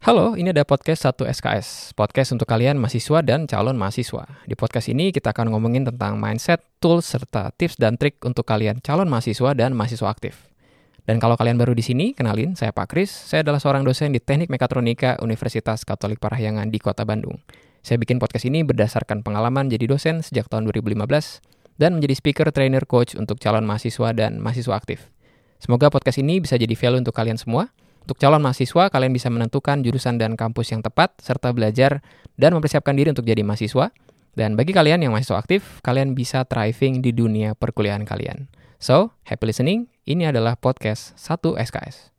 Halo, ini ada podcast 1 SKS, podcast untuk kalian mahasiswa dan calon mahasiswa. Di podcast ini kita akan ngomongin tentang mindset, tools, serta tips dan trik untuk kalian calon mahasiswa dan mahasiswa aktif. Dan kalau kalian baru di sini, kenalin, saya Pak Kris. Saya adalah seorang dosen di Teknik Mekatronika Universitas Katolik Parahyangan di Kota Bandung. Saya bikin podcast ini berdasarkan pengalaman jadi dosen sejak tahun 2015 dan menjadi speaker, trainer, coach untuk calon mahasiswa dan mahasiswa aktif. Semoga podcast ini bisa jadi value untuk kalian semua. Untuk calon mahasiswa, kalian bisa menentukan jurusan dan kampus yang tepat, serta belajar dan mempersiapkan diri untuk jadi mahasiswa. Dan bagi kalian yang mahasiswa aktif, kalian bisa thriving di dunia perkuliahan kalian. So, happy listening. Ini adalah podcast 1 SKS.